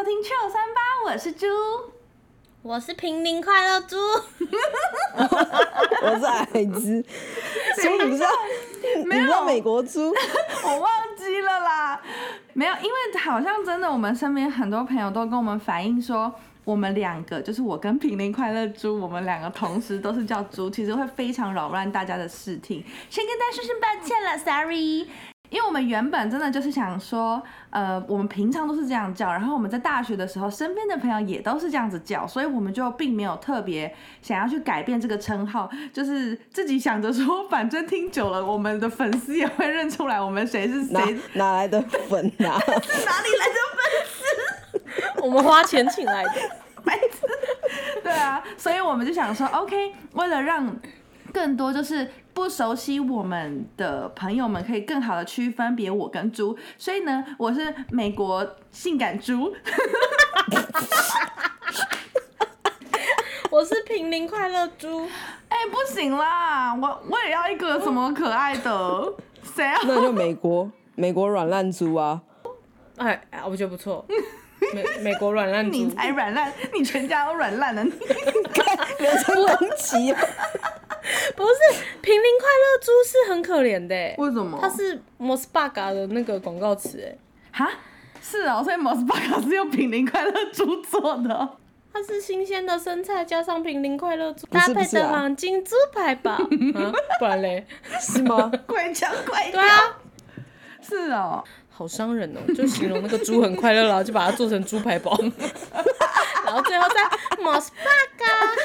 听938，我是猪， 我是平林快乐猪， 我是矮子。猪你不知道？你不知道美国猪？ 我忘记了啦。没有，因为好像真的，我们身边很多朋友都跟我们反映说，我们两个就是我跟平林快乐猪，我们两个同时都是叫猪，其实会非常扰乱大家的视听。先跟大家说声抱歉了 ，sorry。因为我们原本真的就是想说，我们平常都是这样叫，然后我们在大学的时候，身边的朋友也都是这样子叫，所以我们就并没有特别想要去改变这个称号，就是自己想着说，反正听久了，我们的粉丝也会认出来我们谁是谁。 哪来的粉啊？ 是哪里来的粉丝？ 我们花钱请来的。 白痴。对啊，所以我们就想说 ，OK， 为了让更多就是不熟悉我们的朋友们可以更好的区分别我跟猪，所以呢，我是美国性感猪， 我是平林快乐猪。 不行啦，我也要一个什么可爱的，谁啊？ 那就美国软烂猪啊！ 我觉得不错。美国软烂猪， 你才软烂，你全家都软烂了，你人身攻击啊！ 不是平林快乐猪是很可怜的， 为什么？ 它是 Mosbaga 的那个广告词哎。 哈，是哦，所以 Mosbaga 是用平林快乐猪做的哦。 它是新鲜的生菜加上平林快乐猪不是搭配的黄金猪排堡，不然嘞？ 是吗？ 快讲快对啊， 是哦， 好伤人哦，就形容那个猪很快乐，然后就把它做成猪排堡，然后最后再 Mosbaga。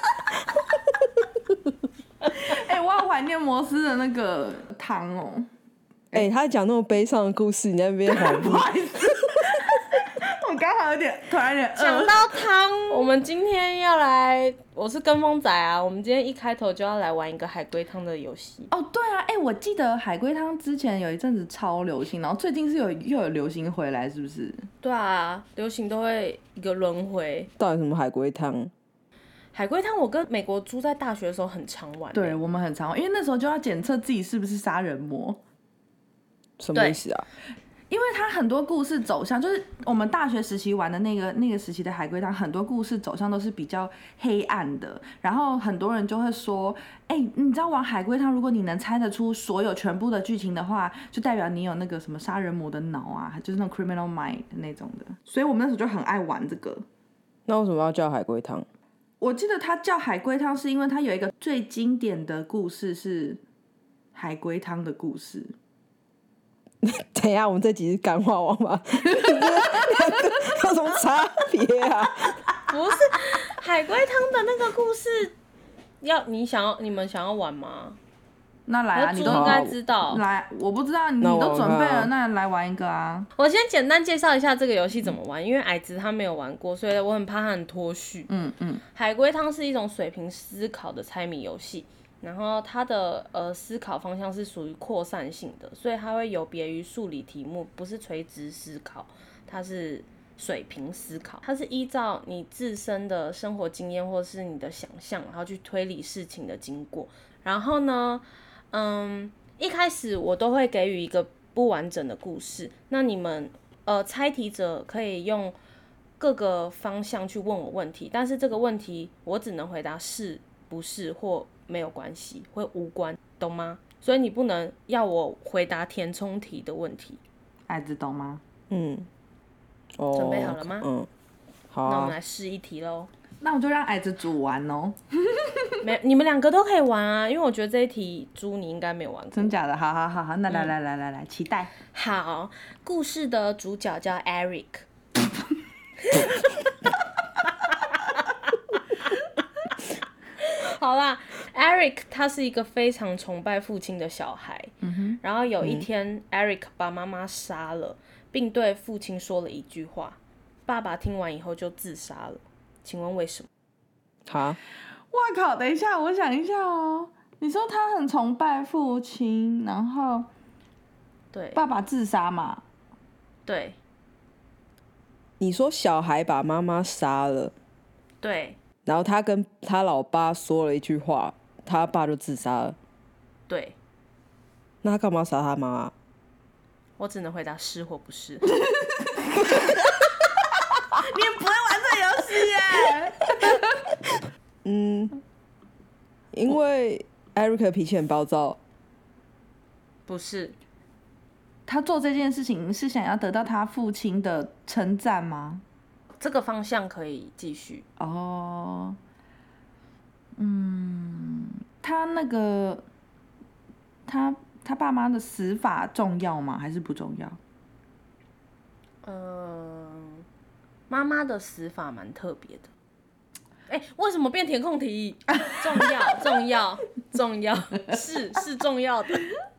我好怀念摩斯的那个汤哦。 他讲那么悲伤的故事，你在那边好不好意思，我刚好突然有点饿。 讲到汤，我们今天要来，我是跟风仔啊。我们今天一开头就要来玩一个海龟汤的游戏。 哦，对啊，我记得海龟汤之前有一阵子超流行，然后最近是又有流行回来，是不是？ 对啊，流行都会一个轮回。 到底什么海龟汤？ 海龟汤我跟美国猪在大学的时候很常玩。 对，我们很常玩，因为那时候就要检测自己是不是杀人魔。 什么意思啊？ 因为它很多故事走向，就是我们大学时期玩的那个时期的海龟汤，很多故事走向都是比较黑暗的。然后很多人就会说，你知道玩海龟汤，如果你能猜得出全部的剧情的话，就代表你有那个什么杀人魔的脑啊，就是那种 criminal mind 那种的。所以我们那时候就很爱玩这个。 那为什么要叫海龟汤？ 我记得它叫海龟汤是因为它有一个最经典的故事是海龟汤的故事。 等一下，我们这集是干话王吧？两个有什么差别啊？ 不是海龟汤的那个故事，你们想要玩吗？ 那来啊，你都应该知道。 来，我不知道，你都准备了，那来玩一个啊！ 我先简单介绍一下这个游戏怎么玩，因为矮子他没有玩过，所以我很怕他很脱序。海龟汤是一种水平思考的猜谜游戏。然后它的思考方向是属于扩散性的，所以它会有别于数理题目，不是垂直思考，它是水平思考。它是依照你自身的生活经验或是你的想象，然后去推理事情的经过。然后呢，一开始我都会给予一个不完整的故事，那你们猜题者可以用各个方向去问我问题，但是这个问题我只能回答是不是或没有关系，会无关，懂吗？所以你不能要我回答填充题的问题。 矮子懂吗？ 准备好了吗？ 好啊。 那我们来试一题咯。 那我就让矮子煮完哦。 你们两个都可以玩啊，因为我觉得这一题猪你应该没有玩过。 真假的？好，那来，期待。 好，故事的主角叫 Eric。好啦 ，Eric 他是一个非常崇拜父亲的小孩。然后有一天，Eric 把妈妈杀了，并对父亲说了一句话。爸爸听完以后就自杀了。请问为什么？ 哈？ 哇靠！等一下，我想一下哦。你说他很崇拜父亲，然后对， 爸爸自杀嘛？ 对。 你说小孩把妈妈杀了， 对。 然后他跟他老爸说了一句话，他爸就自杀了。 对。 那他干嘛杀他妈？ 我只能回答是或不是。 你也不会玩这个游戏耶。 因为 Eric 脾气很暴躁。 不是， 他做这件事情是想要得到他父亲的称赞吗？ 这个方向可以继续。 哦，他那个他爸妈的死法重要吗？还是不重要？ 妈妈的死法蛮特别的。为什么变填空题？重要，重要，重要，是重要的。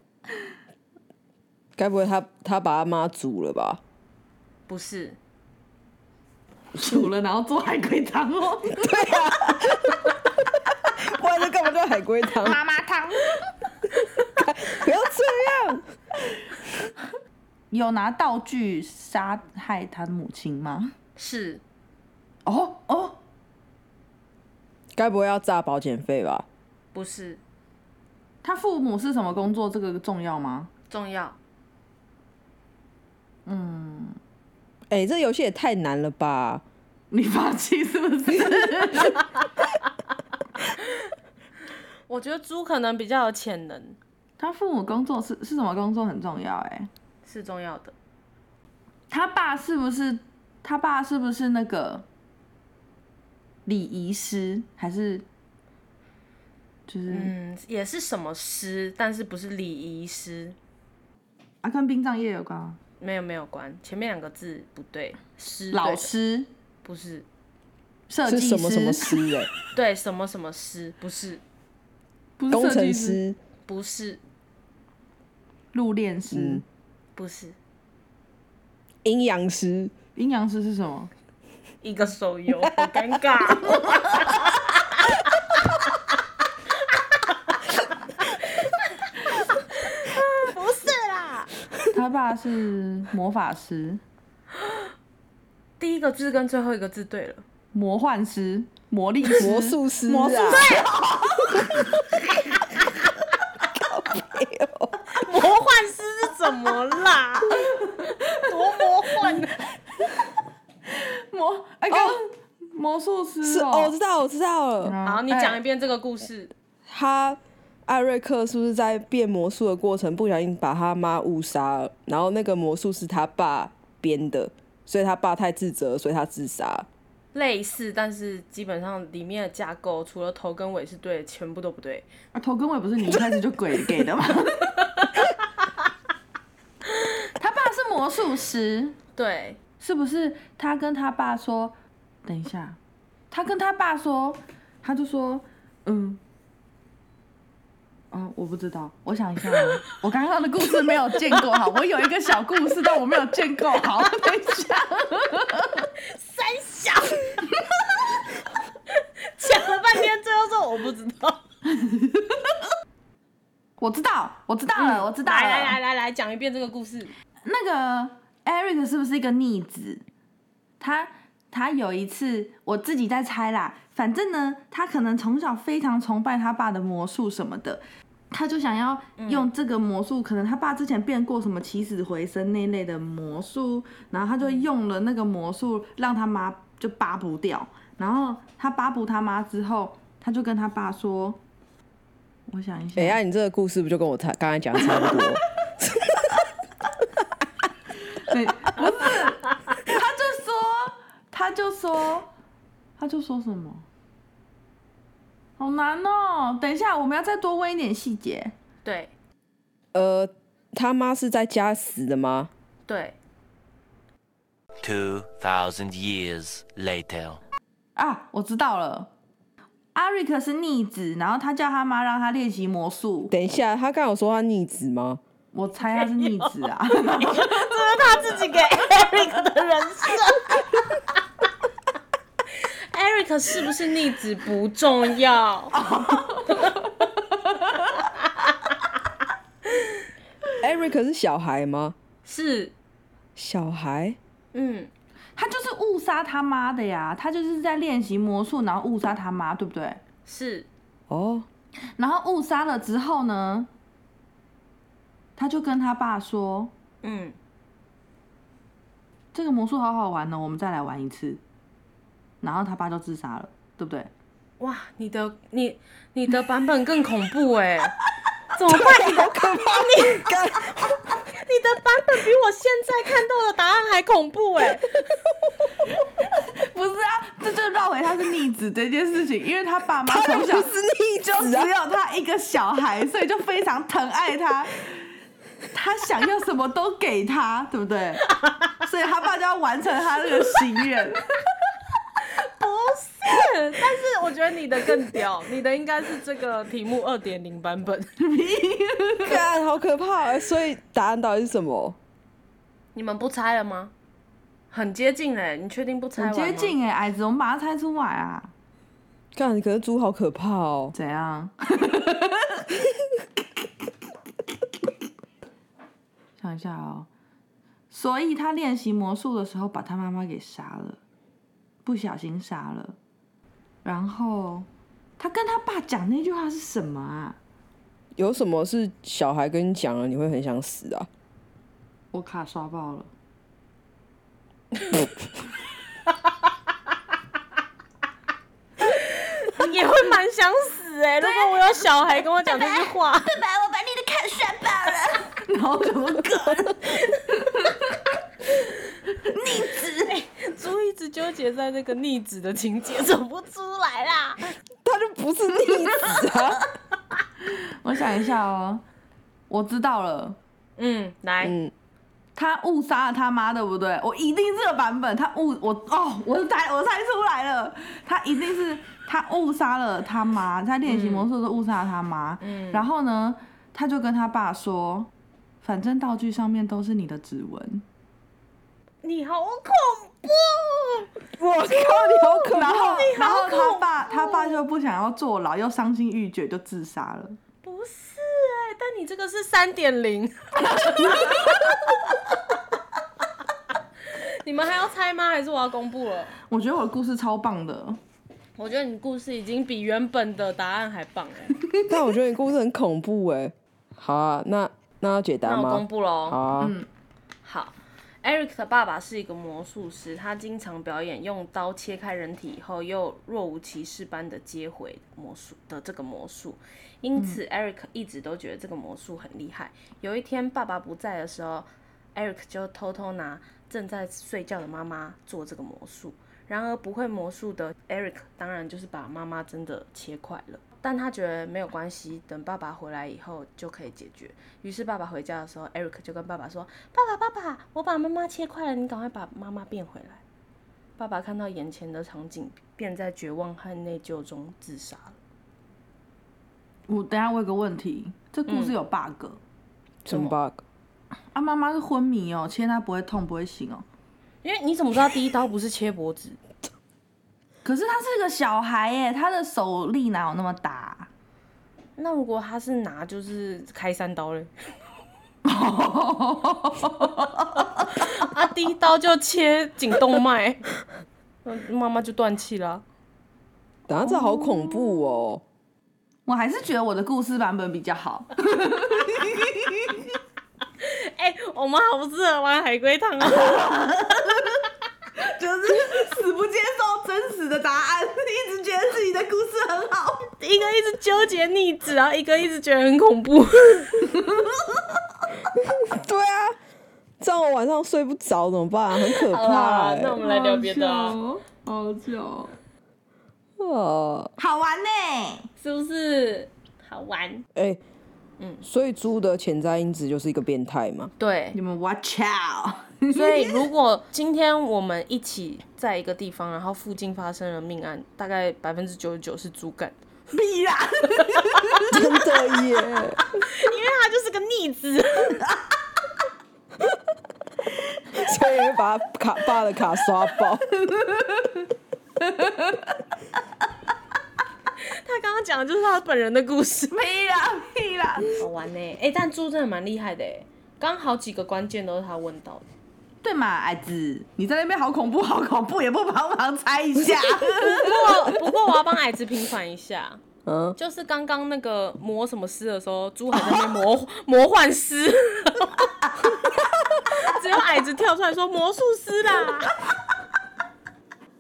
该不会他把他妈煮了吧？ 不是， 煮了然后做海龟汤哦。 对啊，不然这干嘛叫海龟汤？ 妈妈汤。 不要这样。 有拿道具杀害他母亲吗？ 是。 哦， 该不会要诈保险费吧？ 不是。 他父母是什么工作？这个重要吗？ 重要。 这游戏也太难了吧！ 你放弃是不是？ 我觉得猪可能比较有潜能。 他父母工作是什么工作很重要？ 是重要的。 他爸是不是那个礼仪师？还是就是也是什么师，但是不是礼仪师。 跟殡葬业有关吗？ 没有关，前面2个字不对。师老师不是。 设计师是什么什么师？ 对，什么什么师不是。 不是工程设计师， 师不是。 入殓师不是。 阴阳师。 阴阳师是什么？ 一个手游，好尴尬。不是啦。 他爸是魔法师。 第一个字跟最后一个字对了。 魔幻师、魔力师、 魔术师啊！ 魔术师。 魔幻师是怎么啦？多魔幻啊！ 魔术师是我知道了。 好，你讲一遍这个故事。 艾瑞克是不是在变魔术的过程不小心把他妈误杀了？然后那个魔术是他爸编的，所以他爸太自责，所以他自杀。 类似，但是基本上里面的架构除了头跟尾是对的，全部都不对。 头跟尾不是你一开始就给的吗？他爸是魔术师。 对。 是不是他跟他爸说？等一下，他跟他爸说，他就说，我不知道，我想一下哦，我刚刚的故事没有建构好，我有一个小故事，但我没有建构好，等一下， 三小，讲了半天，最后说我不知道。 我知道了， 来，讲一遍这个故事。 那个 Eric 是不是一个逆子？他有一次，我自己在猜啦，反正呢，他可能从小非常崇拜他爸的魔术什么的，他就想要用这个魔术，可能他爸之前变过什么起死回生那类的魔术，然后他就用了那个魔术让他妈就扒不掉，然后他扒不他妈之后，他就跟他爸说，我想一下， 你这个故事不就跟我刚才讲的差不多？ 对，不是，他就说什么？好难哦！等一下，我们要再多问一点细节。 对。 他妈是在家死的吗？ 对。 2000 years later。 我知道了。阿瑞克是逆子，然后他叫他妈让他练习魔术。 等一下，他刚有说他逆子吗？ 我猜他是逆子啊。 这是他自己给 Eric 的人设。Eric 是不是逆子不重要。 Eric 是小孩吗？ 是。 小孩？ 他就是误杀他妈的呀，他就是在练习魔术，然后误杀他妈，对不对？ 是。 然后误杀了之后呢，他就跟他爸说，这个魔术好好玩哦，我们再来玩一次。 然后他爸就自杀了，对不对？ 哇，你的版本更恐怖哎，怎么办？你的版本比我现在看到的答案还恐怖哎！ 不是啊，这就绕回他是逆子这件事情，因为他爸妈从小不是逆子啊就只有他一个小孩，所以就非常疼爱他，他想要什么都给他，对不对？所以他爸就要完成他这个心愿。 不是，但是我觉得你的更屌，你的应该是这个题目2.0版本。 干，好可怕！所以答案到底是什么？ 你们不猜了吗？很接近嘞，你确定不猜完吗？ 很接近哎，矮子，我们把它猜出来啊！ 干，可是猪好可怕哦。 怎样？想一下哦，所以他练习魔术的时候把他妈妈给杀了，不小心杀了。然后他跟他爸讲那句话是什么啊？ 有什么是小孩跟你讲了你会很想死啊？ 我卡刷爆了。 也会蛮想死哎、如果我有小孩跟我讲这句话， 爸爸，我把你的卡刷爆了。然后怎么搞？逆子， 猪一直纠结在那个逆子的情节走不出来啦。 他就不是逆子啊！ 我想一下哦，我知道了。 来， 他误杀了他妈，对不对？我一定这个版本，我猜出来了，他一定是他误杀了他妈，他练习魔术的时候误杀了他妈。然后呢，他就跟他爸说，反正道具上面都是你的指纹。 你好恐怖！ 我靠，你好可然后怕！ 然后他爸就不想要坐牢，又伤心欲绝，就自杀了。 不是哎、但你这个是3.0。你们还要猜吗？还是我要公布了？ 我觉得我的故事超棒的。 我觉得你故事已经比原本的答案还棒哎。 但我觉得你故事很恐怖哎。好啊，那要解答吗？ 那我公布喽。 好啊。 好。Eric 的爸爸是一个魔术师，他经常表演用刀切开人体以后又若无其事般的接回这个魔术，因此 Eric 一直都觉得这个魔术很厉害。有一天爸爸不在的时候 ，Eric 就偷偷拿正在睡觉的妈妈做这个魔术。然而不会魔术的 Eric 当然就是把妈妈真的切块了，但他觉得没有关系，等爸爸回来以后就可以解决。于是爸爸回家的时候 Eric 就跟爸爸说，爸爸，我把妈妈切块了，你赶快把妈妈变回来。爸爸看到眼前的场景，便在绝望和内疚中自杀了。 等一下我有个问题，这故事有 bug。 什么 bug？ 啊，妈妈是昏迷哦，切她不会痛不会醒哦。 因为你怎么知道第一刀不是切脖子？ 可是他是个小孩耶，他的手力哪有那么大啊？ 那如果他是拿就是开3刀嘞？啊，第一刀就切颈动脉，妈妈就断气了。 等下这好恐怖哦！ 我还是觉得我的故事版本比较好。 我们好适合玩海龟汤啊！ 就是死不接受真实的答案，一直觉得自己的故事很好， 一个一直纠结逆子，然后一个一直觉得很恐怖。 对啊，这样我晚上睡不着怎么办？很可怕欸。 那我们来聊别的啊。 好久， 哦， 好玩呢， 是不是好玩？ 所以猪的潜在因子就是一个变态嘛？ 对， 你们 watch out。 所以如果今天我们一起在一个地方，然后附近发生了命案，大概99%是猪干的， 屁啦！ 真的耶！ 因为他就是个逆子。 所以会把爸的卡刷爆。 他刚刚讲的就是他本人的故事。 屁啦！ 好玩呢，但猪真的蛮厉害的哎，刚好几个关键都是他问到的。 对嘛，矮子，你在那边好恐怖，也不帮忙猜一下。 不过我要帮矮子平反一下，就是刚刚那个魔什么师的时候，猪还在那边魔幻师，只有矮子跳出来说魔术师啦。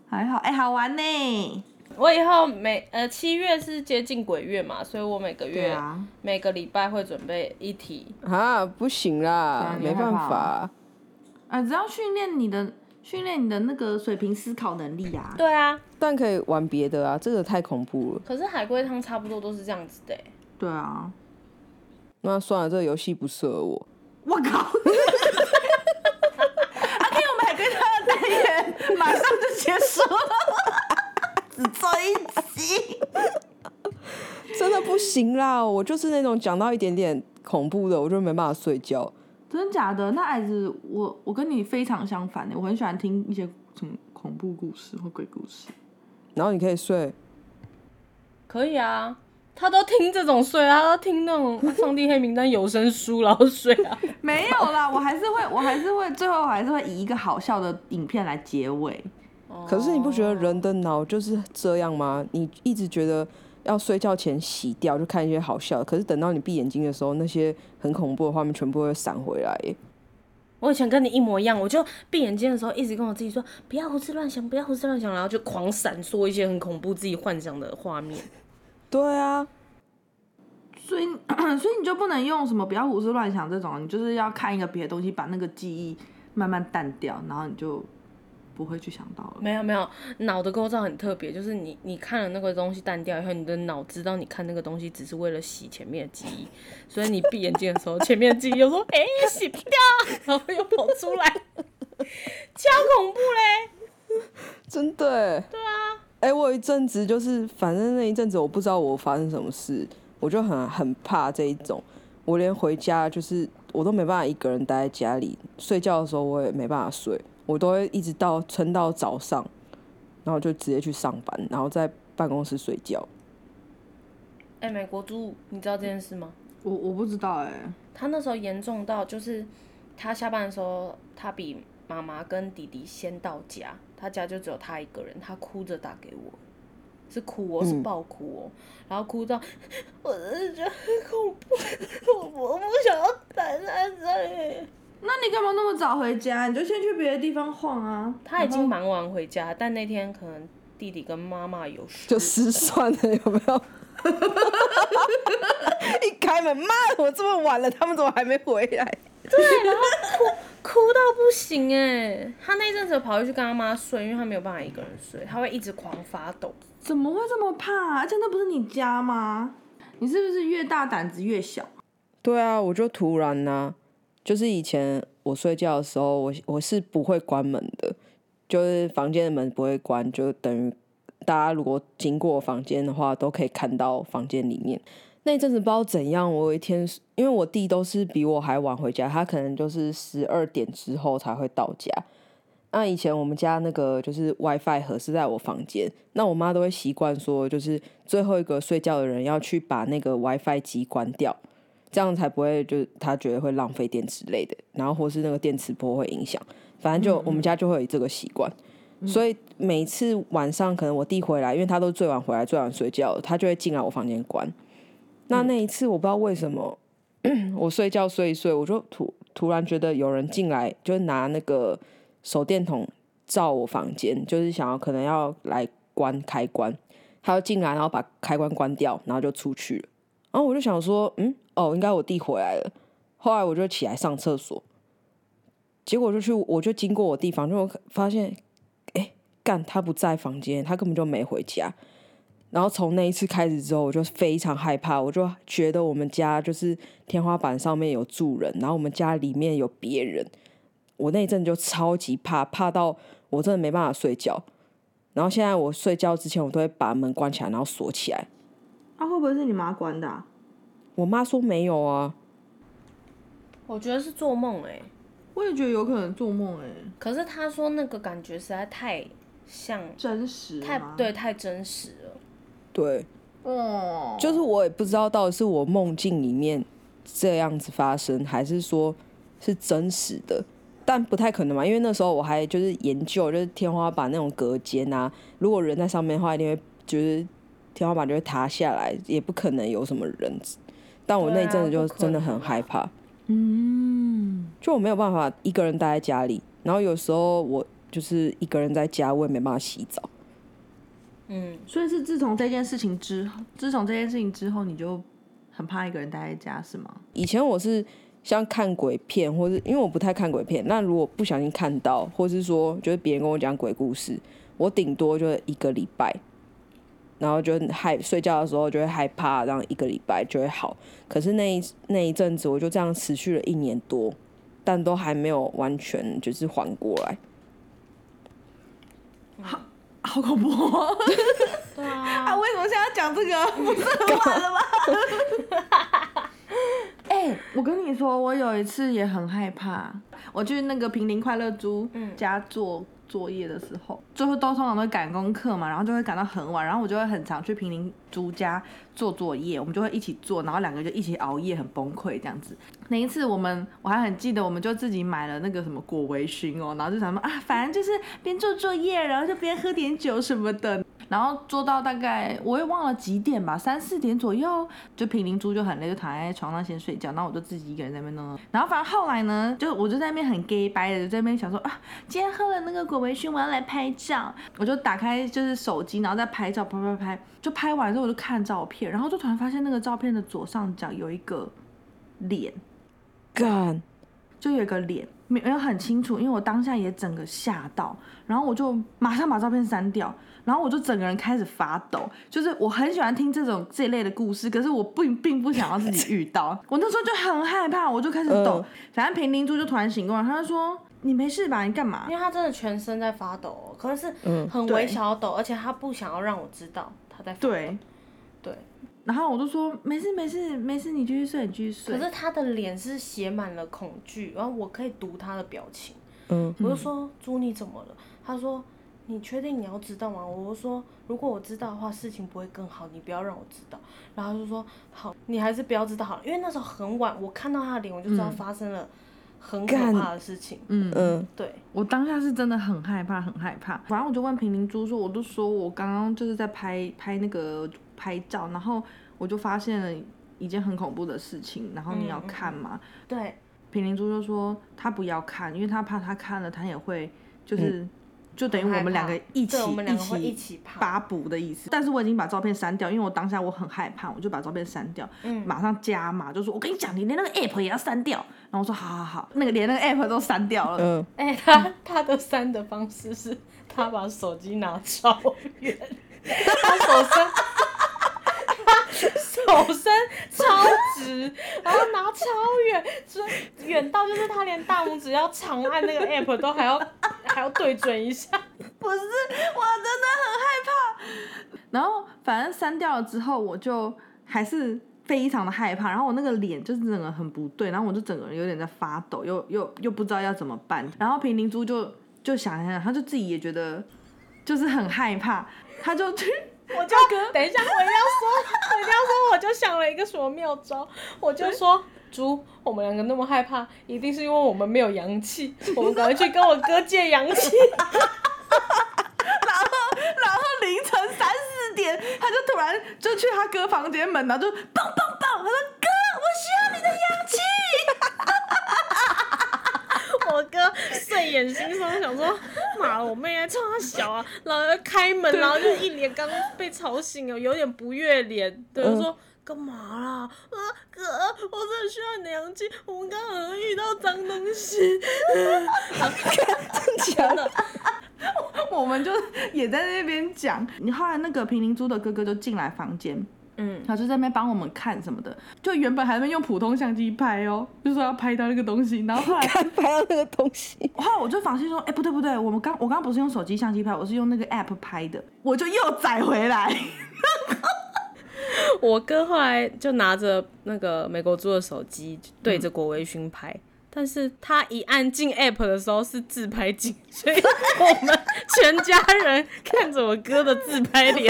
还好，好玩呢。 我以后7月是接近鬼月嘛，所以我每个月、每个礼拜会准备一题。 不行啦，没办法。 只要训练你的那个水平思考能力啊。 对啊， 但可以玩别的啊，这个太恐怖了。 可是海龟汤差不多都是这样子的。 对啊。 那算了，这个游戏不适合我。 我靠！OK， 我们海龟汤的单元马上就结束了，只做1集。 真的不行啦，我就是那种讲到一点点恐怖的，我就没办法睡觉。 真的假的？那矮子，我跟你非常相反我很喜欢听一些什么恐怖故事或鬼故事。 然后你可以睡？ 可以啊，他都听这种睡啊，他都听那种《上帝黑名单》有声书然后睡啊。 没有啦，我还是会，最后还是会以一个好笑的影片来结尾。 可是你不觉得人的脑就是这样吗？你一直觉得要睡觉前洗掉，就看一些好笑的，可是等到你闭眼睛的时候，那些很恐怖的画面全部会闪回来耶。 我以前跟你一模一样，我就闭眼睛的时候一直跟我自己说不要胡思乱想，不要胡思乱想，然后就狂闪烁一些很恐怖自己幻想的画面。 对啊， 所以你就不能用什么不要胡思乱想这种，你就是要看一个别的东西，把那个记忆慢慢淡掉，然后你就不会去想到了。 没有，脑的构造很特别，就是你看了那个东西淡掉以后，你的脑知道你看那个东西只是为了洗前面的记忆，所以你闭眼睛的时候，前面的记忆又说洗不掉，然后又跑出来，超恐怖嘞！ 真的耶。 对啊。 我有一阵子就是反正那一阵子我不知道我发生什么事，我就很怕这一种，我连回家就是我都没办法一个人待在家里，睡觉的时候我也没办法睡，我都会一直撑到早上，然后就直接去上班，然后在办公室睡觉。 美国猪，你知道这件事吗？ 我不知道他那时候严重到就是他下班的时候，他比妈妈跟弟弟先到家，他家就只有他一个人，他哭着打给我，是哭是爆哭然后哭到我真的觉得很恐怖，我不想要待在这里。 那你干嘛那么早回家？你就先去别的地方晃啊。 他已经忙完回家，但那天可能弟弟跟妈妈有事， 就失算了，有没有？一开门，妈，我这么晚了，他们怎么还没回来？ 对，然后哭到不行他那一阵子跑回去跟他妈睡，因为他没有办法一个人睡，他会一直狂发抖。 怎么会这么怕而且那不是你家吗？你是不是越大胆子越小？ 对啊，我就突然就是以前我睡觉的时候，我是不会关门的，就是房间的门不会关，就等于大家如果经过房间的话，都可以看到房间里面。那一阵子不知道怎样，我有一天，因为我弟都是比我还晚回家，他可能就是12点之后才会到家。那以前我们家那个就是 WiFi 盒是在我房间，那我妈都会习惯说，就是最后一个睡觉的人要去把那个 WiFi 机关掉，这样才不会就是他觉得会浪费电之类的，然后或是那个电磁波会影响，反正就我们家就会有这个习惯。所以每次晚上可能我弟回来，因为他都最晚回来最晚睡觉，他就会进来我房间关。那一次我不知道为什么我睡觉睡一睡，我就突然觉得有人进来，就是拿那个手电筒照我房间，就是想要可能要来关开关，他就进来然后把开关关掉，然后就出去了。然后我就想说应该我弟回来了。后来我就起来上厕所，结果我就经过我弟房，就发现干他不在房间，他根本就没回家。然后从那一次开始之后，我就非常害怕，我就觉得我们家就是天花板上面有住人，然后我们家里面有别人。我那一阵就超级怕到我真的没办法睡觉。然后现在我睡觉之前，我都会把门关起来，然后锁起来。 会不会是你妈关的我妈说没有啊。 我觉得是做梦我也觉得有可能做梦可是她说那个感觉实在太像真实吗？ 太真实了。 对，就是我也不知道到底是我梦境里面这样子发生，还是说是真实的，但不太可能嘛，因为那时候我还就是研究，就是天花板那种隔间啊，如果人在上面的话，一定会就是天花板就会塌下来，也不可能有什么人。但我那一阵子就真的很害怕，就我没有办法一个人待在家里，然后有时候我就是一个人在家，我也没办法洗澡。 所以是自从这件事情之后，你就很怕一个人待在家是吗？ 以前我是像看鬼片，或是因为我不太看鬼片，那如果不小心看到，或是说就是别人跟我讲鬼故事，我顶多就1个礼拜，然后就睡觉的时候就会害怕，然后1个礼拜就会好。可是那一阵子我就这样持续了1年多，但都还没有完全就是缓过来。 好恐怖哦！ 对啊， 为什么现在要讲这个？不是很晚了吗？我跟你说，我有一次也很害怕。我去那个平林快乐猪家做作业的时候，就是通常都赶功课嘛，然后就会赶到很晚，然后我就会很常去平林猪家做作业，我们就会一起做，然后2个就一起熬夜，很崩溃这样子。那一次我还很记得，我们就自己买了那个什么果微醺哦，然后就想说反正就是边做作业，然后就边喝点酒什么的。然后做到大概我也忘了几点吧，3、4点左右，就平林猪就很累，就躺在床上先睡觉，然后我就自己一个人在那边弄。然后反正后来呢，我就在那边很 gay 掰的，就在那边想说今天喝了那个果微醺，我要来拍照。我就打开就是手机，然后再拍照，拍，就拍完之后我就看照片，然后就突然发现那个照片的左上角有一个脸， 干， 就有一个脸，没有很清楚，因为我当下也整个吓到，然后我就马上把照片删掉。然后我就整个人开始发抖，就是我很喜欢听这一类的故事，可是我并不想要自己遇到。我那时候就很害怕，我就开始抖。反正平林猪就突然醒过来，他就说：“你没事吧？你干嘛？” 因为他真的全身在发抖，可是很微小的抖，而且他不想要让我知道他在发抖。对。 然后我就说：“没事，你继续睡，你继续睡。” 可是他的脸是写满了恐惧，然后我可以读他的表情。我就说：“猪，你怎么了？”他说：“你确定你要知道吗？”我就说：“如果我知道的话，事情不会更好，你不要让我知道。”然后他就说：“好，你还是不要知道好了。”因为那时候很晚，我看到他的脸，我就知道发生了很可怕的事情。对， 我当下是真的很害怕，很害怕。反正我就问平林猪说：“我就说我刚刚就是在拍那个拍照，然后我就发现了一件很恐怖的事情，然后你要看吗？” 对， 平林猪就说他不要看，因为他怕他看了他也会就等于我们2个一起发补的意思。但是我已经把照片删掉，因为我当下我很害怕，我就把照片删掉，马上加码，就说我跟你讲，你连那个 app 也要删掉。然后我说好，连那个 app 都删掉了。 他的删的方式是他把手机拿超远，他手伸超直，然后拿超远，远到就是他连大拇指要长按那个 app 都还要对准一下。 不是，我真的很害怕。然后反正删掉了之后，我就还是非常的害怕。然后我那个脸就是整个很不对，然后我就整个人有点在发抖，又不知道要怎么办。然后平林猪就想，他就自己也觉得就是很害怕，他就去。 等一下，我一定要说，我就想了一个什么妙招，我就说猪，我们2个那么害怕，一定是因为我们没有阳气，我们赶快去跟我哥借阳气。 然后凌晨3、4点，他就突然就去他哥房间门，然后就蹦蹦蹦，他说哥，我需要你的阳气。 我哥睡眼惺忪想说，妈，我妹在冲他小啊，然后开门，然后就一脸刚被吵醒了，有点不悦脸，对，我说干嘛啦？哥，我真的需要你的阳气，我们刚刚遇到脏东西。 真的。 我们就也在那边讲，你后来那个平林猪的哥哥就进来房间，他就在那边帮我们看什么的，就原本还在那边用普通相机拍哦，就说要拍到那个东西，然后后来拍到那个东西， 后来我就发现说，不对，我刚不是用手机相机拍，我是用那个 app 拍的，我就又载回来。 我哥后来就拿着那个美国猪的手机对着果微醺拍。但是他一按进 app 的时候是自拍镜，所以我们全家人看着我哥的自拍脸。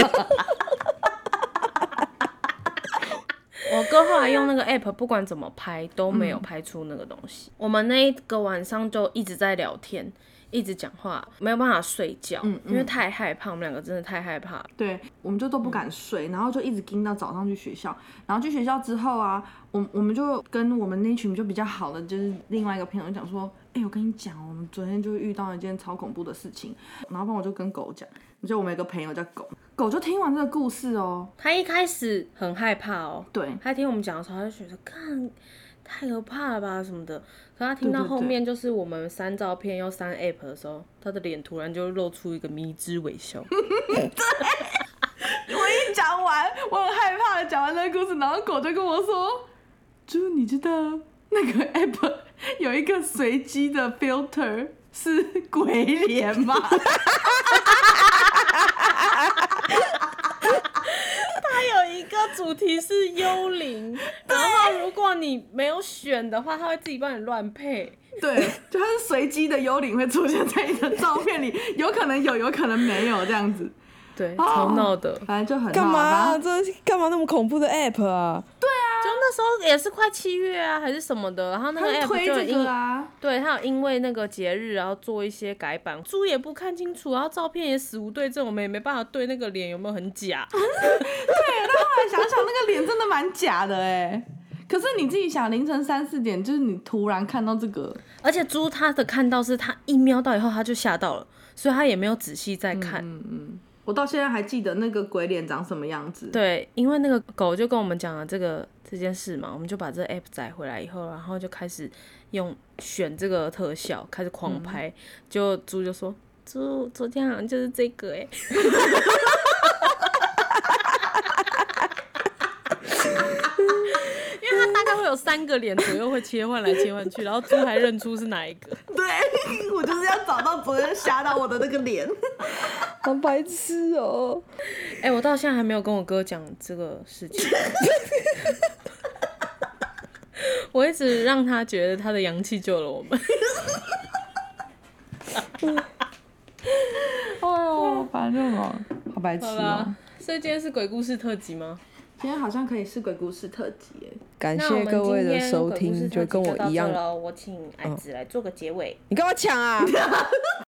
我哥后来用那个 app 不管怎么拍都没有拍出那个东西。我们那一个晚上就一直在聊天， 一直讲话，没有办法睡觉，因为太害怕，我们两个真的太害怕了。 对，我们就都不敢睡，然后就一直盯到早上去学校。然后去学校之后啊，我们就跟我们那群就比较好的，就是另外一个朋友讲说，我跟你讲，我们昨天就遇到一件超恐怖的事情。然后我就跟狗讲，就我们有个朋友叫狗，狗就听完这个故事哦， 他一开始很害怕哦， 对， 他听我们讲的时候，他就觉得看太可怕了吧什么的。可他听到后面就是我们删照片又删 app 的时候，他的脸突然就露出一个迷之微笑。 对，我一讲完，我很害怕的讲完那个故事，然后狗就跟我说：“猪，你知道那个 app 有一个随机的 filter 是鬼脸吗？” 它有一个主题是幽灵，然后如果你没有选的话，它会自己帮你乱配。 对，就它是随机的幽灵会出现在你的照片里，有可能有，有可能没有这样子。 对，超闹的， 反正就很闹。 干嘛啊？这干嘛那么恐怖的 app 啊？ 对啊，就那时候也是快7月啊，还是什么的，然后那个 app 就推这个啊， 对，他有因为那个节日，然后做一些改版，猪也不看清楚，然后照片也死无对证，我们也没办法对那个脸有没有很假。 对，但后来想想，那个脸真的蛮假的哎。可是你自己想，凌晨3、4点，就是你突然看到这个， 而且猪他的看到是他一瞄到以后他就吓到了，所以他也没有仔细再看。 我到现在还记得那个鬼脸长什么样子。 对，因为那个狗就跟我们讲了这件事嘛，我们就把这个 app 载回来以后，然后就开始选这个特效，开始狂拍。就猪就说：“猪，昨天好像就是这个哎。”因为它大概会有3个脸左右会切换来切换去，然后猪还认出是哪一个。 对，我就是要找到昨天吓到我的那个脸。 好白痴哦！ 我到现在还没有跟我哥讲这个事情。我一直让他觉得他的阳气救了我们。 哎呦，反正好白痴哦。 所以今天是鬼故事特辑吗？ 今天好像可以是鬼故事特辑耶。 感谢各位的收听，就跟我一样。 我请矮子来做个结尾。 你干嘛抢啊？